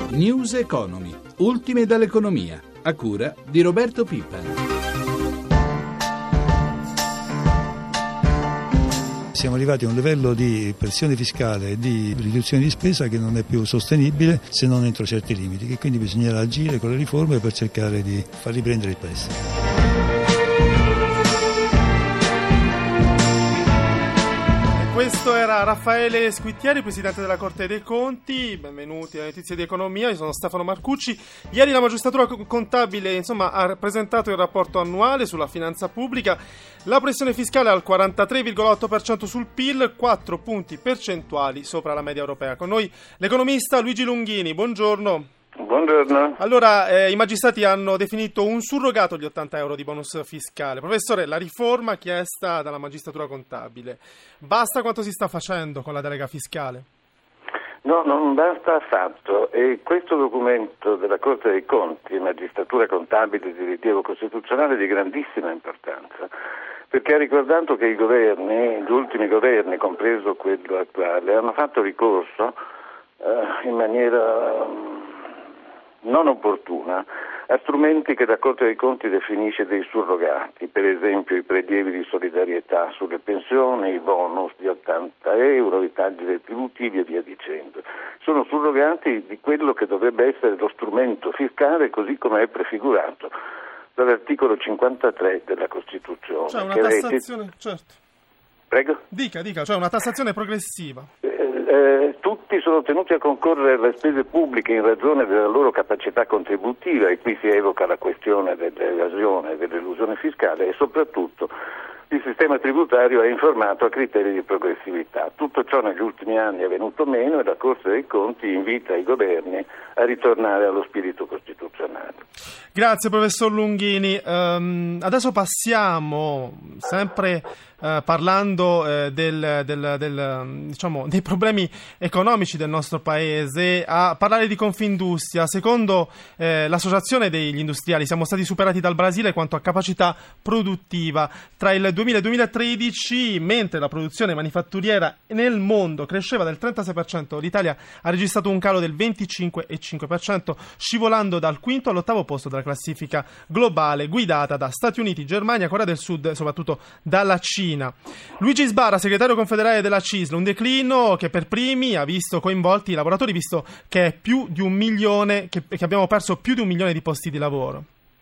News Economy, ultime dall'economia, a cura di Roberto Pippa. Siamo arrivati a un livello di pressione fiscale e di riduzione di spesa che non è più sostenibile se non entro certi limiti, che quindi bisognerà agire con le riforme per cercare di far riprendere il Paese. Questo era Raffaele Squittieri, Presidente della Corte dei Conti. Benvenuti alle notizie di economia, io sono Stefano Marcucci. Ieri la magistratura contabile ha presentato il rapporto annuale sulla finanza pubblica. La pressione fiscale è al 43,8% sul PIL, 4 punti percentuali sopra la media europea. Con noi l'economista Luigi Lunghini, buongiorno. Buongiorno. Allora, i magistrati hanno definito un surrogato gli 80 euro di bonus fiscale. Professore, la riforma chiesta dalla magistratura contabile, basta quanto si sta facendo con la delega fiscale? No, non basta affatto, e questo documento della Corte dei Conti, magistratura contabile di rilievo costituzionale, è di grandissima importanza, perché ha ricordato che i governi, gli ultimi governi, compreso quello attuale, hanno fatto ricorso in maniera non opportuna a strumenti che la Corte dei Conti definisce dei surrogati, per esempio i prelievi di solidarietà sulle pensioni, i bonus di 80 euro, i tagli retributivi e via dicendo. Sono surrogati di quello che dovrebbe essere lo strumento fiscale così come è prefigurato dall'articolo 53 della Costituzione. Cioè una tassazione, certo. Prego? Dica, cioè una tassazione progressiva. Tutti sono tenuti a concorrere alle spese pubbliche in ragione della loro capacità contributiva, e qui si evoca la questione dell'evasione e dell'elusione fiscale, e soprattutto il sistema tributario è informato a criteri di progressività. Tutto ciò negli ultimi anni è venuto meno, e la Corte dei Conti invita i governi a ritornare allo spirito costituzionale. Grazie professor Lunghini. Adesso passiamo, sempre parlando dei problemi economici del nostro paese, a parlare di Confindustria. Secondo l'associazione degli industriali siamo stati superati dal Brasile quanto a capacità produttiva. Tra il 2000 e il 2013, mentre la produzione manifatturiera nel mondo cresceva del 36%, l'Italia ha registrato un calo del 25,5%, scivolando dal quinto all'8° posto della classifica globale, guidata da Stati Uniti, Germania, Corea del Sud e soprattutto dalla Cina. Luigi Sbarra, segretario confederale della CISL, un declino che per primi ha visto coinvolti i lavoratori, visto che è più di 1 milione, che abbiamo perso più di 1 milione di posti di lavoro.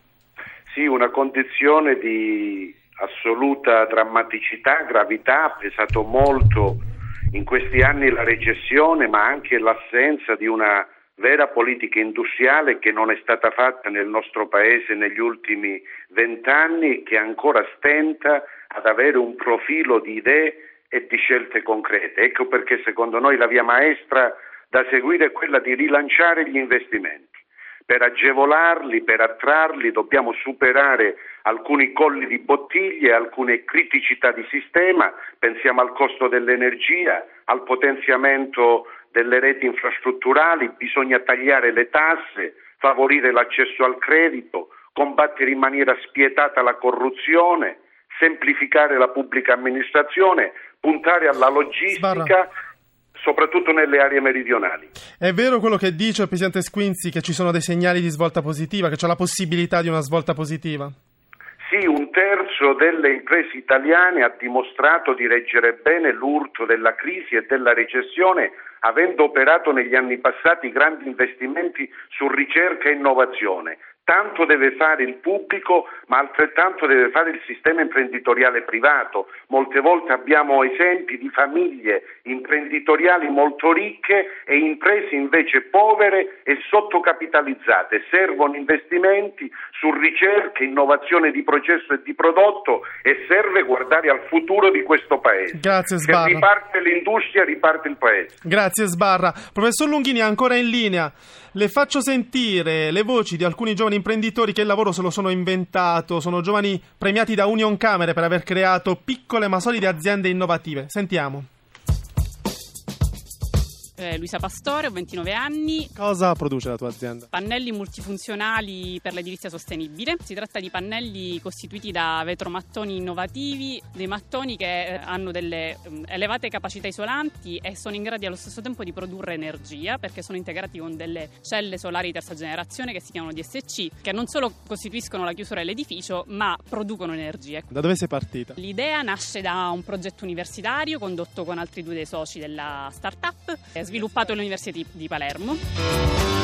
Sì, una condizione di assoluta drammaticità, gravità. Ha pesato molto in questi anni la recessione, ma anche l'assenza di una vera politica industriale che non è stata fatta nel nostro paese negli ultimi 20 anni, che ancora stenta ad avere un profilo di idee e di scelte concrete. Ecco perché secondo noi la via maestra da seguire è quella di rilanciare gli investimenti. Per agevolarli, per attrarli, dobbiamo superare alcuni colli di bottiglie, alcune criticità di sistema. Pensiamo al costo dell'energia, al potenziamento delle reti infrastrutturali. Bisogna tagliare le tasse, favorire l'accesso al credito, combattere in maniera spietata la corruzione, semplificare la pubblica amministrazione, puntare alla logistica, soprattutto nelle aree meridionali. È vero quello che dice il Presidente Squinzi, che ci sono dei segnali di svolta positiva, che c'è la possibilità di una svolta positiva? Sì, 1/3 delle imprese italiane ha dimostrato di reggere bene l'urto della crisi e della recessione, avendo operato negli anni passati grandi investimenti su ricerca e innovazione. Tanto deve fare il pubblico, ma altrettanto deve fare il sistema imprenditoriale privato. Molte volte abbiamo esempi di famiglie imprenditoriali molto ricche e imprese invece povere e sottocapitalizzate. Servono investimenti su ricerca, innovazione di processo e di prodotto, e serve guardare al futuro di questo paese. Grazie Sbarra. Se riparte l'industria, riparte il paese. Grazie Sbarra. Professor Lunghini, ancora in linea. Le faccio sentire le voci di alcuni giovani imprenditori che il lavoro se lo sono inventato, sono giovani premiati da Unioncamere per aver creato piccole ma solide aziende innovative. Sentiamo. Luisa Pastore, ho 29 anni. Cosa produce la tua azienda? Pannelli multifunzionali per l'edilizia sostenibile. Si tratta di pannelli costituiti da vetromattoni innovativi, dei mattoni che hanno delle elevate capacità isolanti e sono in grado allo stesso tempo di produrre energia, perché sono integrati con delle celle solari di terza generazione che si chiamano DSC, che non solo costituiscono la chiusura dell'edificio ma producono energia. Da dove sei partita? L'idea nasce da un progetto universitario condotto con altri 2 dei soci della startup, sviluppato all'Università di Palermo.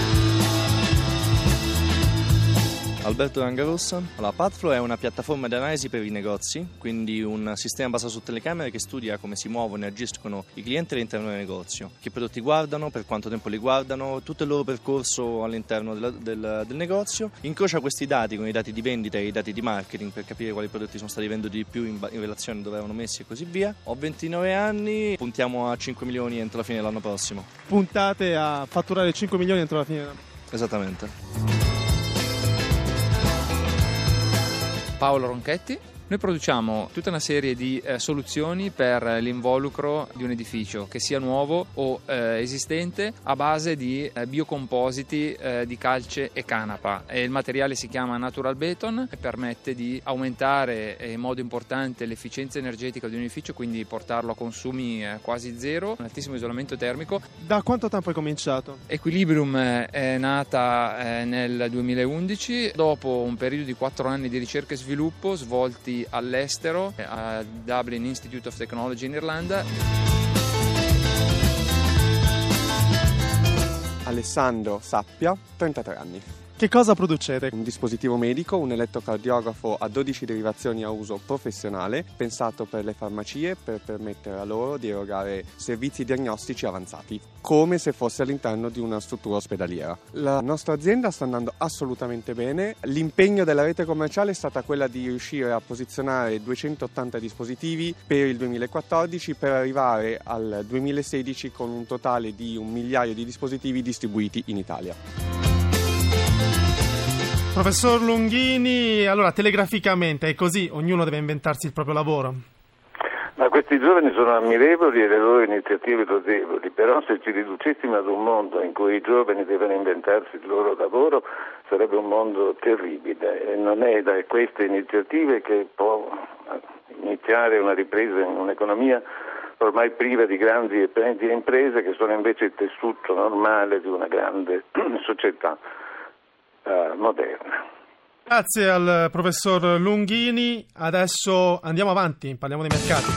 Alberto Rangarossa. La Pathflow è una piattaforma di analisi per i negozi, quindi un sistema basato su telecamere che studia come si muovono e agiscono i clienti all'interno del negozio, che prodotti guardano, per quanto tempo li guardano, tutto il loro percorso all'interno del negozio, incrocia questi dati con i dati di vendita e i dati di marketing per capire quali prodotti sono stati venduti di più in relazione a dove erano messi e così via. Ho 29 anni, puntiamo a 5 milioni entro la fine dell'anno prossimo. Puntate a fatturare 5 milioni entro la fine dell'anno? Esattamente. Paolo Ronchetti. Noi produciamo tutta una serie di soluzioni per l'involucro di un edificio, che sia nuovo o esistente, a base di biocompositi di calce e canapa. E il materiale si chiama Natural Beton e permette di aumentare in modo importante l'efficienza energetica di un edificio, quindi portarlo a consumi quasi zero, un altissimo isolamento termico. Da quanto tempo hai cominciato? Equilibrium è nata nel 2011, dopo un periodo di 4 anni di ricerca e sviluppo svolti all'estero, al Dublin Institute of Technology in Irlanda. Alessandro Sappia, 33 anni. Che cosa producete? Un dispositivo medico, un elettrocardiografo a 12 derivazioni a uso professionale, pensato per le farmacie per permettere a loro di erogare servizi diagnostici avanzati, come se fosse all'interno di una struttura ospedaliera. La nostra azienda sta andando assolutamente bene. L'impegno della rete commerciale è stata quella di riuscire a posizionare 280 dispositivi per il 2014 per arrivare al 2016 con un totale di 1 migliaio di dispositivi distribuiti in Italia. Professor Lunghini, allora telegraficamente è così, ognuno deve inventarsi il proprio lavoro? Ma questi giovani sono ammirevoli e le loro iniziative lodevoli, però se ci riducessimo ad un mondo in cui i giovani devono inventarsi il loro lavoro sarebbe un mondo terribile, e non è da queste iniziative che può iniziare una ripresa in un'economia ormai priva di grandi e medie imprese, che sono invece il tessuto normale di una grande società moderna. Grazie al professor Lunghini. Adesso andiamo avanti, parliamo dei mercati.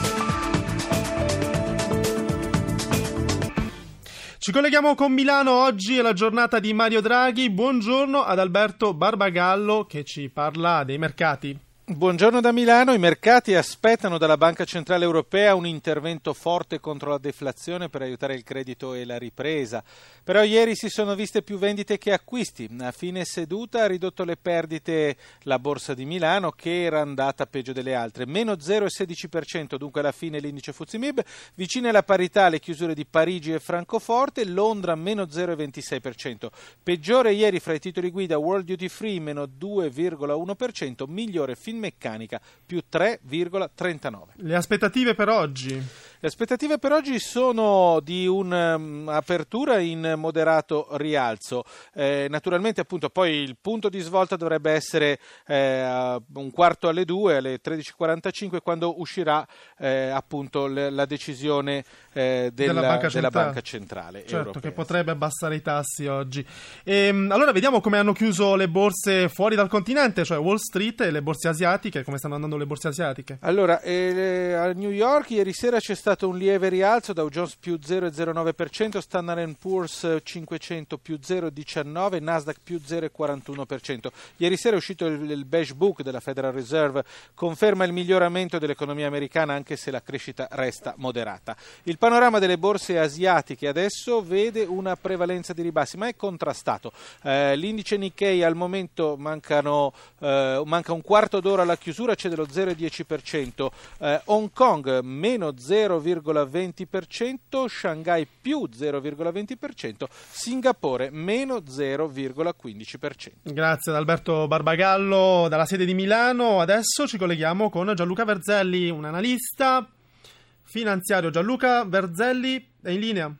Ci colleghiamo con Milano, oggi è la giornata di Mario Draghi. Buongiorno ad Alberto Barbagallo che ci parla dei mercati. Buongiorno da Milano. I mercati aspettano dalla Banca Centrale Europea un intervento forte contro la deflazione per aiutare il credito e la ripresa. Però ieri si sono viste più vendite che acquisti. A fine seduta ha ridotto le perdite la Borsa di Milano, che era andata peggio delle altre. Meno 0,16%, dunque alla fine l'indice FTSE MIB. Vicine alla parità le chiusure di Parigi e Francoforte. Londra meno 0,26%. Peggiore ieri fra i titoli guida World Duty Free meno 2,1%. Migliore Finmeccanica più 3,39%. Le aspettative per oggi? Le aspettative per oggi sono di un'apertura in moderato rialzo. Naturalmente appunto poi il punto di svolta dovrebbe essere un quarto alle 2, alle 13.45, quando uscirà appunto la decisione della Banca Centrale certo, Europea. Che potrebbe abbassare i tassi oggi. Allora vediamo come hanno chiuso le borse fuori dal continente, cioè Wall Street e le borse asiatiche, come stanno andando le borse asiatiche. Allora, a New York ieri sera c'è stato un lieve rialzo, Dow Jones più 0,09%, Standard & Poor's 500 più 0,19%, Nasdaq più 0,41%. Ieri sera è uscito il Beige Book della Federal Reserve, conferma il miglioramento dell'economia americana anche se la crescita resta moderata. Il panorama delle borse asiatiche adesso vede una prevalenza di ribassi, ma è contrastato. L'indice Nikkei al momento manca un quarto d'ora alla chiusura, c'è dello 0,10%. Hong Kong meno 0,20%, Shanghai più 0,20%, Singapore meno 0,15%. Grazie ad Alberto Barbagallo dalla sede di Milano. Adesso ci colleghiamo con Gianluca Verzelli, un analista finanziario. Gianluca Verzelli è in linea?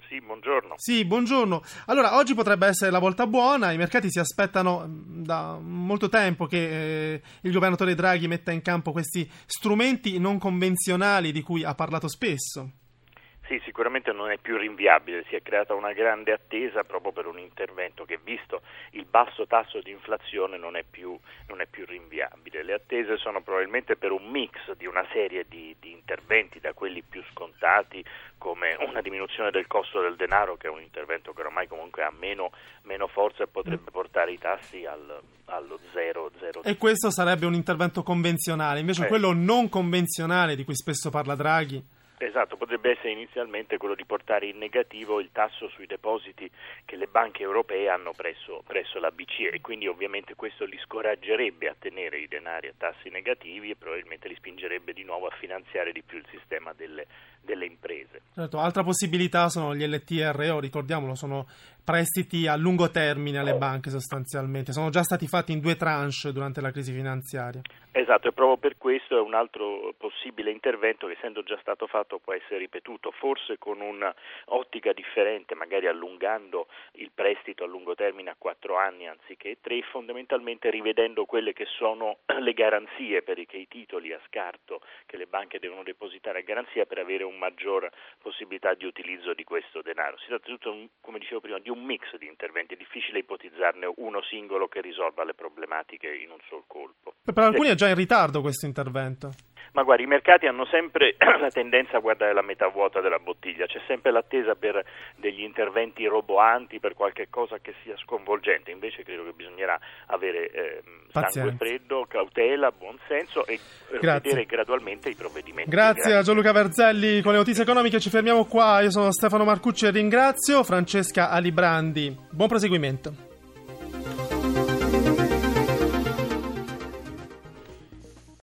Sì, buongiorno. Sì, buongiorno. Allora, oggi potrebbe essere la volta buona, i mercati si aspettano da molto tempo che il governatore Draghi metta in campo questi strumenti non convenzionali di cui ha parlato spesso. Sì, sicuramente non è più rinviabile, si è creata una grande attesa proprio per un intervento che, visto il basso tasso di inflazione, non è più rinviabile. Le attese sono probabilmente per un mix di una serie di interventi, da quelli più scontati come una diminuzione del costo del denaro, che è un intervento che ormai comunque ha meno forza e potrebbe portare i tassi allo 0. E questo sarebbe un intervento convenzionale, invece quello non convenzionale di cui spesso parla Draghi. Esatto, potrebbe essere inizialmente quello di portare in negativo il tasso sui depositi che le banche europee hanno presso la BCE, e quindi ovviamente questo li scoraggerebbe a tenere i denari a tassi negativi e probabilmente li spingerebbe di nuovo a finanziare di più il sistema delle imprese. Certo, altra possibilità sono gli LTRO, ricordiamolo, sono prestiti a lungo termine alle banche sostanzialmente, sono già stati fatti in 2 tranche durante la crisi finanziaria. Esatto, e proprio per questo è un altro possibile intervento che, essendo già stato fatto, può essere ripetuto, forse con un'ottica differente, magari allungando il prestito a lungo termine a 4 anni anziché 3, fondamentalmente rivedendo quelle che sono le garanzie per i titoli a scarto che le banche devono depositare a garanzia per avere una maggior possibilità di utilizzo di questo denaro. Si tratta tutto, come dicevo prima, di un mix di interventi, è difficile ipotizzarne uno singolo che risolva le problematiche in un sol colpo. Per alcuni è già in ritardo questo intervento. Ma guardi, i mercati hanno sempre la tendenza a guardare la metà vuota della bottiglia, c'è sempre l'attesa per degli interventi roboanti, per qualche cosa che sia sconvolgente. Invece credo che bisognerà avere sangue freddo, cautela, buonsenso e vedere gradualmente i provvedimenti. Grazie a Gianluca Verzelli con le notizie economiche, ci fermiamo qua. Io sono Stefano Marcucci e ringrazio Francesca Alibrandi. Buon proseguimento.